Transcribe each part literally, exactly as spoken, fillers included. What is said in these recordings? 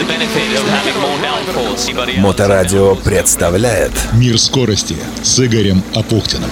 Моторадио представляет «Мир скорости» с Игорем Апухтиным.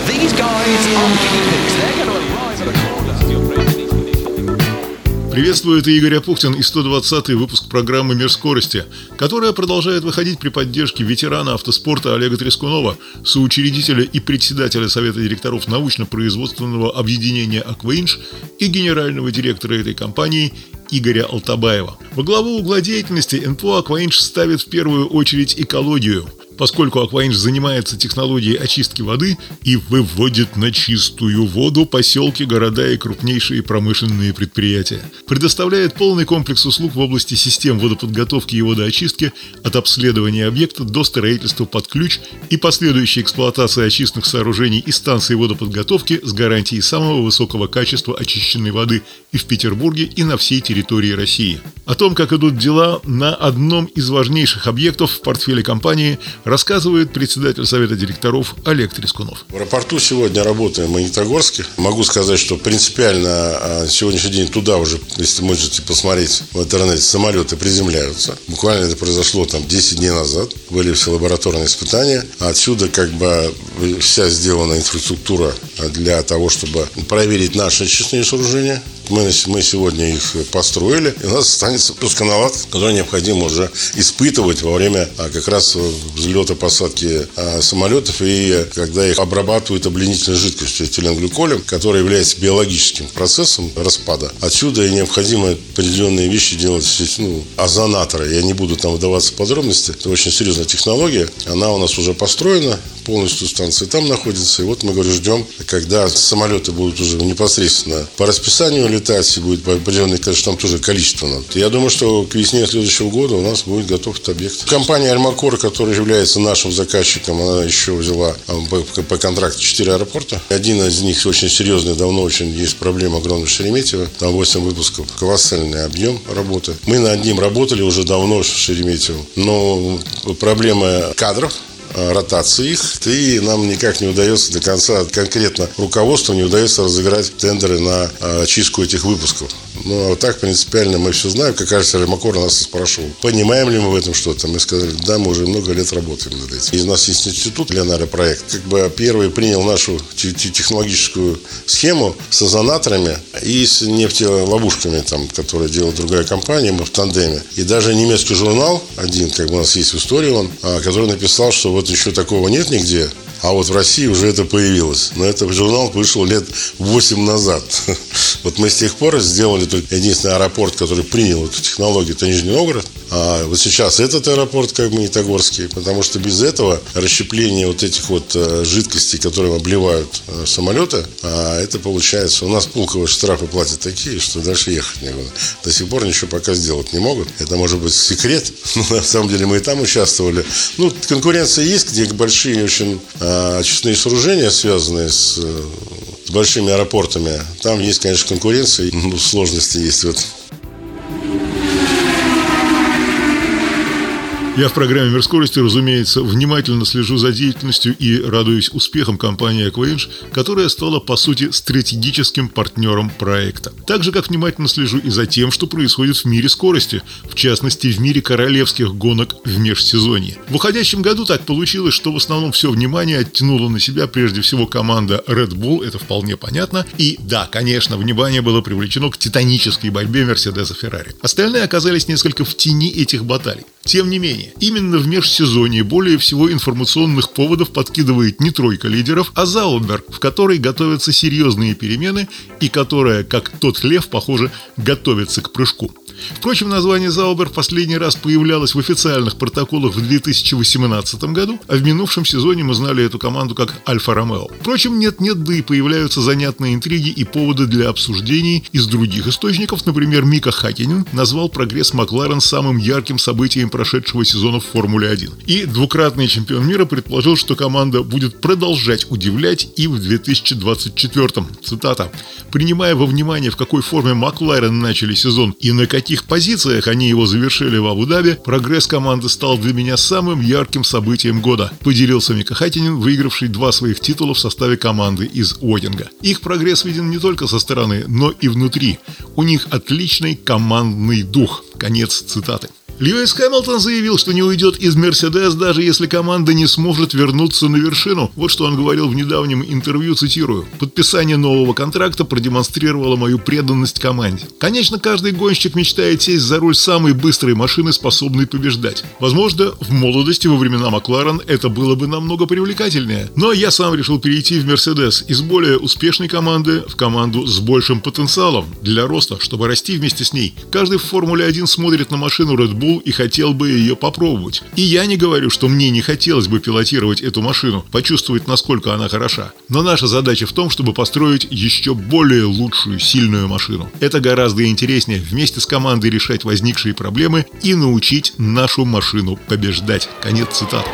Приветствую, это Игорь Апухтин и сто двадцатый выпуск программы «Мир скорости», которая продолжает выходить при поддержке ветерана автоспорта Олега Трескунова, соучредителя и председателя Совета директоров научно-производственного объединения «Акваинж» и генерального директора этой компании Игоря Алтабаева. Во главу угла деятельности эн пэ о «Акваинж» ставит в первую очередь экологию, поскольку «Акваинж» занимается технологией очистки воды и выводит на чистую воду поселки, города и крупнейшие промышленные предприятия. Предоставляет полный комплекс услуг в области систем водоподготовки и водоочистки от обследования объекта до строительства под ключ и последующей эксплуатации очистных сооружений и станций водоподготовки с гарантией самого высокого качества очищенной воды и в Петербурге, и на всей территории России. О том, как идут дела на одном из важнейших объектов в портфеле компании, рассказывает председатель Совета директоров Олег Трескунов. В аэропорту сегодня работаем в Магнитогорске. Могу сказать, что принципиально на сегодняшний день туда уже, если можете посмотреть в интернете, самолеты приземляются. Буквально это произошло там десять дней назад. Были все лабораторные испытания. Отсюда как бы вся сделана инфраструктура для того, чтобы проверить наши очистные сооружения. Мы, мы сегодня их построили, и у нас останется пусконаладь, который необходимо уже испытывать во время а, как раз взлета, посадки а, самолетов, и когда их обрабатывают обленительной жидкостью, этиленгликолем, который является биологическим процессом распада. Отсюда и необходимо определенные вещи делать, ну, озонаторы. Я не буду там вдаваться в подробности. Это очень серьезная технология. Она у нас уже построена, полностью станция там находится. И вот мы, говорю, ждем, когда самолеты будут уже непосредственно по расписанию летать, и будет определенное, конечно, там тоже количество надо. Я думаю, что к весне следующего года у нас будет готов этот объект. Компания «Альмакор», которая является нашим заказчиком, она еще взяла по, по контракту четыре аэропорта. Один из них очень серьезный, давно очень есть проблема огромная в Шереметьево. Там восемь выпусков, колоссальный объем работы. Мы над ним работали уже давно в Шереметьево, но проблема кадров, ротации их, и нам никак не удается до конца, конкретно руководству не удается разыграть тендеры на очистку этих выпусков. Ну, а так принципиально мы все знаем. Как кажется, Альмакор нас спрашивал, понимаем ли мы в этом что-то. Мы сказали, да, мы уже много лет работаем над этим. И у нас есть институт Леонардо проект. Как бы первый принял нашу технологическую схему с озонаторами и с нефтеловушками, там, которые делает другая компания, мы в тандеме. И даже немецкий журнал, один, как бы у нас есть в истории он, который написал, что вот еще такого нет нигде, а вот в России уже это появилось. Но этот журнал вышел лет восемь назад. Вот мы с тех пор сделали только единственный аэропорт, который принял эту технологию, это Нижний Новгород. А вот сейчас этот аэропорт, как Магнитогорский, потому что без этого расщепление вот этих вот жидкостей, которым обливают самолеты, а это получается, у нас пулковые штрафы платят такие, что дальше ехать некуда. До сих пор ничего пока сделать не могут. Это может быть секрет, но на самом деле мы и там участвовали. Ну, конкуренция есть, где большие очень а, очистные сооружения, связанные с, с большими аэропортами. Там есть, конечно, конкуренция, но сложности есть в этом. Я в программе «Мир скорости», разумеется, внимательно слежу за деятельностью и радуюсь успехам компании «Акваинж», которая стала, по сути, стратегическим партнером проекта. Так же, как внимательно слежу и за тем, что происходит в мире скорости, в частности, в мире королевских гонок в межсезонье. В уходящем году так получилось, что в основном все внимание оттянула на себя прежде всего команда Red Bull, это вполне понятно. И да, конечно, внимание было привлечено к титанической борьбе Мерседеса и Феррари. Остальные оказались несколько в тени этих баталий. Тем не менее, именно в межсезонье более всего информационных поводов подкидывает не тройка лидеров, а Заубер, в которой готовятся серьезные перемены и которая, как тот лев, похоже, готовится к прыжку. Впрочем, название Заубер в последний раз появлялось в официальных протоколах в две тысячи восемнадцатом году, а в минувшем сезоне мы знали эту команду как Альфа-Ромео. Впрочем, нет-нет, да и появляются занятные интриги и поводы для обсуждений из других источников. Например, Мика Хаккинен назвал прогресс Макларен самым ярким событием прошедшего сезона в Формуле один. И двукратный чемпион мира предположил, что команда будет продолжать удивлять и в две тысячи двадцать четвёртом. Цитата. «Принимая во внимание, в какой форме Макларен начали сезон и на каких каких позициях они его завершили в Абу-Даби, прогресс команды стал для меня самым ярким событием года», поделился Мика Хаккинен, выигравший два своих титула в составе команды из Уотинга. Их прогресс виден не только со стороны, но и внутри. У них отличный командный дух. Конец цитаты. Льюис Хэмилтон заявил, что не уйдет из Мерседес, даже если команда не сможет вернуться на вершину. Вот что он говорил в недавнем интервью, цитирую: «Подписание нового контракта продемонстрировало мою преданность команде. Конечно, каждый гонщик мечтает сесть за руль самой быстрой машины, способной побеждать. Возможно, в молодости во времена Макларен это было бы намного привлекательнее. Но я сам решил перейти в Мерседес из более успешной команды в команду с большим потенциалом для роста, чтобы расти вместе с ней. Каждый в Формуле один смотрит на машину Red Bull и хотел бы ее попробовать. И я не говорю, что мне не хотелось бы пилотировать эту машину, почувствовать, насколько она хороша. Но наша задача в том, чтобы построить еще более лучшую, сильную машину. Это гораздо интереснее вместе с командой решать возникшие проблемы и научить нашу машину побеждать». Конец цитаты.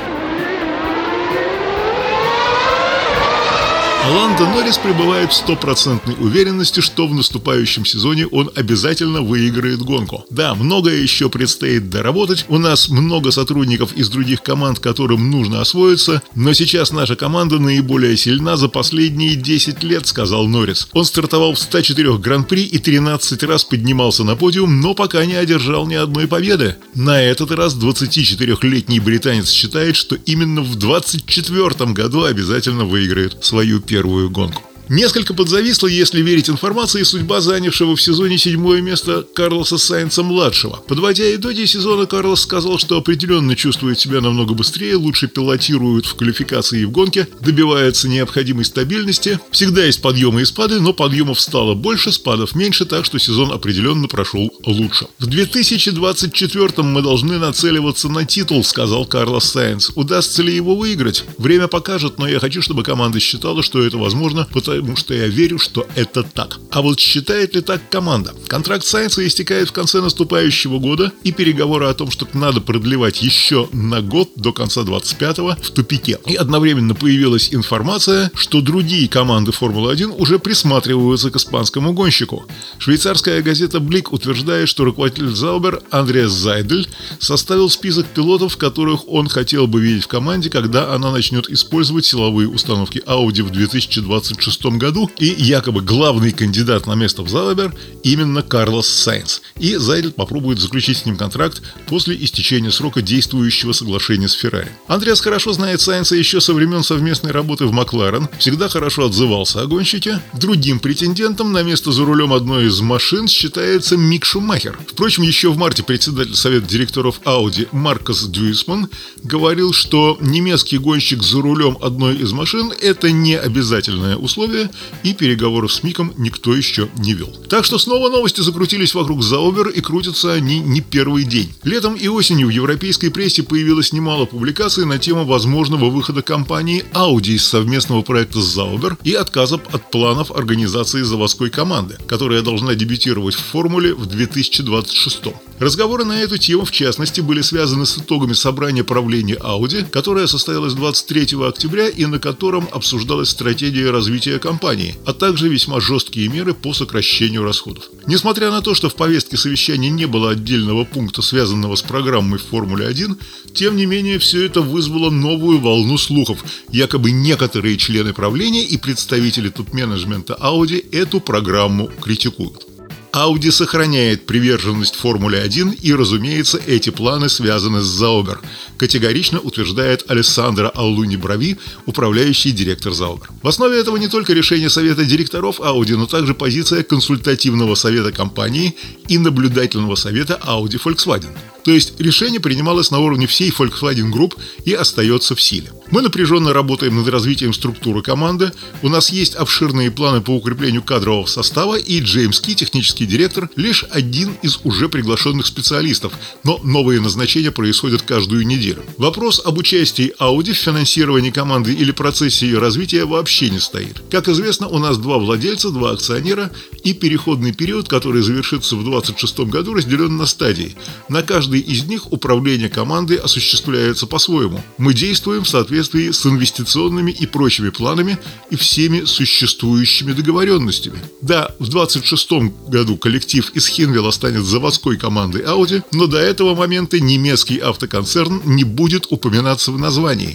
Ландо Норрис пребывает в стопроцентной уверенности, что в наступающем сезоне он обязательно выиграет гонку. Да, многое еще предстоит доработать, у нас много сотрудников из других команд, которым нужно освоиться, но сейчас наша команда наиболее сильна за последние десять лет, сказал Норрис. Он стартовал в ста четырёх гран-при и тринадцать раз поднимался на подиум, но пока не одержал ни одной победы. На этот раз двадцатичетырёхлетний британец считает, что именно в двадцать четвёртом году обязательно выиграет свою первую гонку. Несколько подзависла, если верить информации, судьба занявшего в сезоне седьмое место Карлоса Сайнца-младшего. Подводя итоги сезона, Карлос сказал, что определенно чувствует себя намного быстрее, лучше пилотирует в квалификации и в гонке, добивается необходимой стабильности. Всегда есть подъемы и спады, но подъемов стало больше, спадов меньше, так что сезон определенно прошел лучше. В две тысячи двадцать четвёртом мы должны нацеливаться на титул, сказал Карлос Сайнц. Удастся ли его выиграть? Время покажет, но я хочу, чтобы команда считала, что это возможно, потому что я верю, что это так. А вот считает ли так команда? Контракт Сайнца истекает в конце наступающего года, и переговоры о том, что надо продлевать еще на год до конца двадцать пятого, в тупике. И одновременно появилась информация, что другие команды Формулы один уже присматриваются к испанскому гонщику. Швейцарская газета «Блик» утверждает, что руководитель Заубер Андреас Зайдель составил список пилотов, которых он хотел бы видеть в команде, когда она начнет использовать силовые установки Audi в две тысячи двадцать шестом году, и якобы главный кандидат на место в Заубер именно Карлос Сайнц. И Зайдель попробует заключить с ним контракт после истечения срока действующего соглашения с Феррари. Андреас хорошо знает Сайнца еще со времен совместной работы в Макларен, всегда хорошо отзывался о гонщике. Другим претендентом на место за рулем одной из машин считается Мик Шумахер. Впрочем, еще в марте председатель совета директоров Audi Маркос Дюйсман говорил, что немецкий гонщик за рулем одной из машин – это не обязательное условие, и переговоров с Миком никто еще не вел. Так что снова новости закрутились вокруг Заубер, и крутятся они не первый день. Летом и осенью в европейской прессе появилось немало публикаций на тему возможного выхода компании Audi из совместного проекта с Заубер и отказа от планов организации заводской команды, которая должна дебютировать в Формуле в две тысячи двадцать шестом. Разговоры на эту тему, в частности, были связаны с итогами собрания правления Audi, которое состоялось двадцать третьего октября и на котором обсуждалась стратегия развития компании, а также весьма жесткие меры по сокращению расходов. Несмотря на то, что в повестке совещания не было отдельного пункта, связанного с программой в Формуле один, тем не менее все это вызвало новую волну слухов. Якобы некоторые члены правления и представители топ-менеджмента Audi эту программу критикуют. Audi сохраняет приверженность Формуле один, и, разумеется, эти планы связаны с Заубер, категорично утверждает Алессандро Аллуни-Брави, управляющий директор Заубер. В основе этого не только решение совета директоров Audi, но также позиция консультативного совета компании и наблюдательного совета Audi Volkswagen. То есть решение принималось на уровне всей Volkswagen Group и остается в силе. Мы напряженно работаем над развитием структуры команды, у нас есть обширные планы по укреплению кадрового состава, и Джеймс Ки, технический директор, лишь один из уже приглашенных специалистов, но новые назначения происходят каждую неделю. Вопрос об участии Audi в финансировании команды или процессе ее развития вообще не стоит. Как известно, у нас два владельца, два акционера, и переходный период, который завершится в двадцать шестом году, разделен на стадии. На каждой из них управление командой осуществляется по-своему. Мы действуем в соответствии с инвестиционными и прочими планами и всеми существующими договоренностями. Да, в двадцать шестом году коллектив из Хинвелла станет заводской командой Audi, но до этого момента немецкий автоконцерн не будет упоминаться в названии.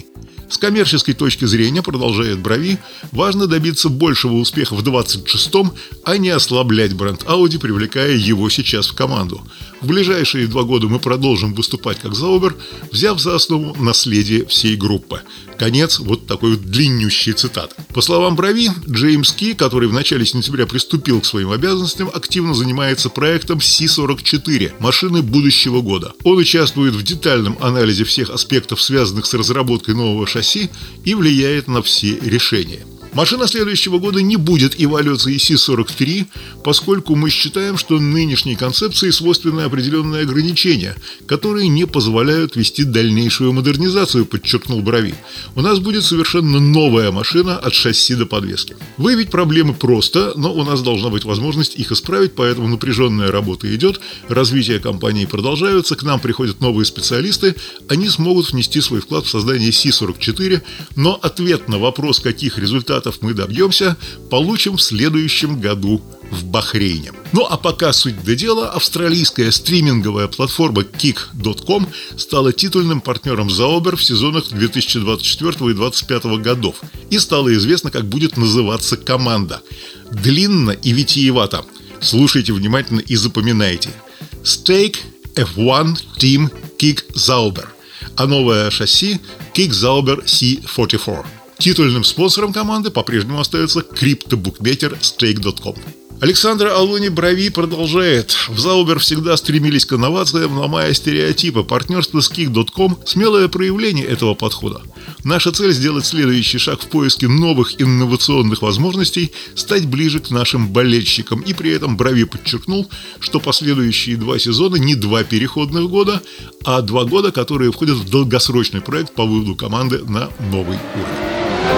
С коммерческой точки зрения, продолжает Брави, важно добиться большего успеха в двадцать шестом, а не ослаблять бренд Audi, привлекая его сейчас в команду. В ближайшие два года мы продолжим выступать как Заубер, взяв за основу наследие всей группы. Конец вот такой вот длиннющей цитаты. По словам Брави, Джеймс Ки, который в начале сентября приступил к своим обязанностям, активно занимается проектом Си сорок четыре – машины будущего года. Он участвует в детальном анализе всех аспектов, связанных с разработкой нового шасси, и влияет на все решения. Машина следующего года не будет эволюцией Си сорок три, поскольку мы считаем, что нынешней концепции свойственны определенные ограничения, которые не позволяют вести дальнейшую модернизацию, подчеркнул Брави. У нас будет совершенно новая машина от шасси до подвески. Выявить проблемы просто, но у нас должна быть возможность их исправить, поэтому напряженная работа идет, развитие компании продолжается, к нам приходят новые специалисты, они смогут внести свой вклад в создание Си сорок четыре, но ответ на вопрос, каких результатов мы добьемся, получим в следующем году в Бахрейне. Ну а пока суть до дела, австралийская стриминговая платформа кик точка ком стала титульным партнером Заубер в сезонах две тысячи двадцать четвёртого и две тысячи двадцать пятого годов. И стало известно, как будет называться команда. Длинно и витиевато. Слушайте внимательно и запоминайте. Stake эф один Team Kik Zauber. А новое шасси Kik Zauber Си сорок четыре. Титульным спонсором команды по-прежнему остается криптобукмекер стейк точка ком. Александр Алони Брави продолжает. В Заубер всегда стремились к инновациям, ломая стереотипы. Партнерство с кик точка ком – смелое проявление этого подхода. Наша цель – сделать следующий шаг в поиске новых инновационных возможностей, стать ближе к нашим болельщикам. И при этом Брави подчеркнул, что последующие два сезона не два переходных года, а два года, которые входят в долгосрочный проект по выводу команды на новый уровень.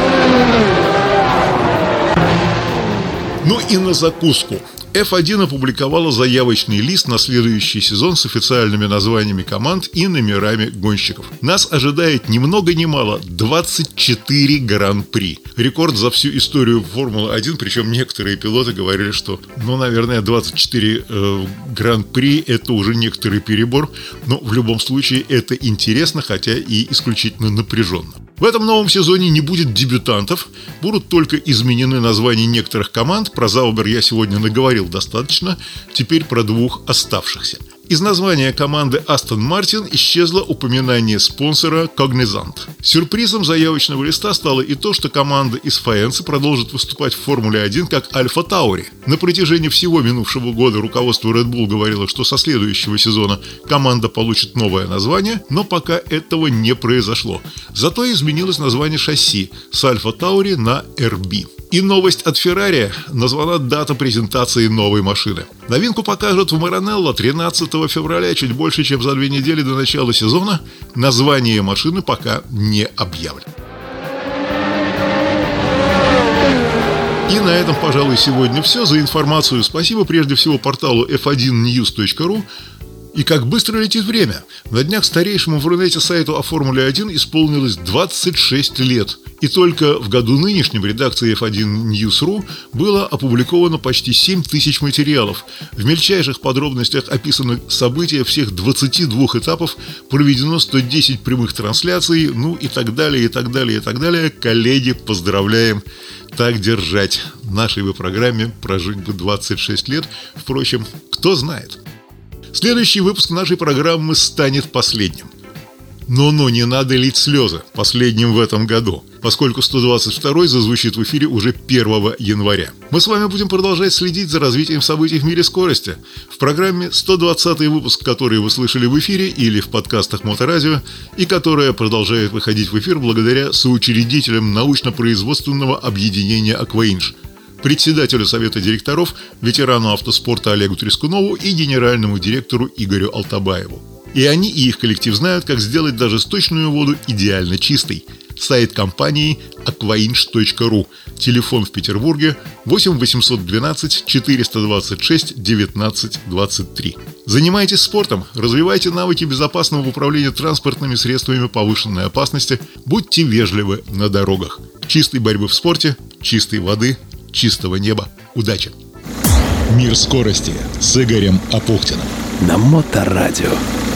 Ну и на закуску. эф один опубликовала заявочный лист на следующий сезон с официальными названиями команд и номерами гонщиков. Нас ожидает ни много ни мало двадцать четыре гран-при. Рекорд за всю историю Формулы один, причем некоторые пилоты говорили, что, ну, наверное, двадцать четыре э, гран-при – это уже некоторый перебор, но в любом случае это интересно, хотя и исключительно напряженно. В этом новом сезоне не будет дебютантов, будут только изменены названия некоторых команд. Про Заубер я сегодня наговорил достаточно, теперь про двух оставшихся. Из названия команды Aston Martin исчезло упоминание спонсора Cognizant. Сюрпризом заявочного листа стало и то, что команда из Фаенцы продолжит выступать в Формуле один как Альфа Таури. На протяжении всего минувшего года руководство Red Bull говорило, что со следующего сезона команда получит новое название, но пока этого не произошло. Зато изменилось название шасси с Альфа Таури на эр би. И новость от Ferrari: названа дата презентации новой машины. Новинку покажут в Маранелло тринадцатого февраля, чуть больше, чем за две недели до начала сезона. Название машины пока не объявлено. И на этом, пожалуй, сегодня все. За информацию спасибо прежде всего порталу эф один ньюс точка ру. И как быстро летит время. На днях старейшему в Рунете сайту о Формуле один исполнилось двадцать шесть лет. И только в году нынешнем редакции эф один ньюс точка ру было опубликовано почти семь тысяч материалов. В мельчайших подробностях описаны события всех двадцати двух этапов, проведено сто десять прямых трансляций, ну и так далее, и так далее, и так далее. Коллеги, поздравляем! Так держать. Нашей бы программе прожить бы двадцать шесть лет. Впрочем, кто знает. Следующий выпуск нашей программы станет последним. Но-но, не надо лить слезы, последним в этом году, поскольку сто двадцать второй зазвучит в эфире уже первого января. Мы с вами будем продолжать следить за развитием событий в мире скорости. В программе сто двадцатый выпуск, который вы слышали в эфире или в подкастах Моторадио, и которая продолжает выходить в эфир благодаря соучредителям научно-производственного объединения «Акваинж», председателю совета директоров, ветерану автоспорта Олегу Трескунову и генеральному директору Игорю Алтабаеву. И они, и их коллектив знают, как сделать даже сточную воду идеально чистой. Сайт компании акваинж точка ру. Телефон в Петербурге восемь восемьсот двенадцать четыреста двадцать шесть девятнадцать двадцать три. Занимайтесь спортом, развивайте навыки безопасного управления транспортными средствами повышенной опасности, будьте вежливы на дорогах. Чистой борьбы в спорте, чистой воды, чистого неба. Удачи! Мир скорости с Игорем Апухтиным на Моторадио.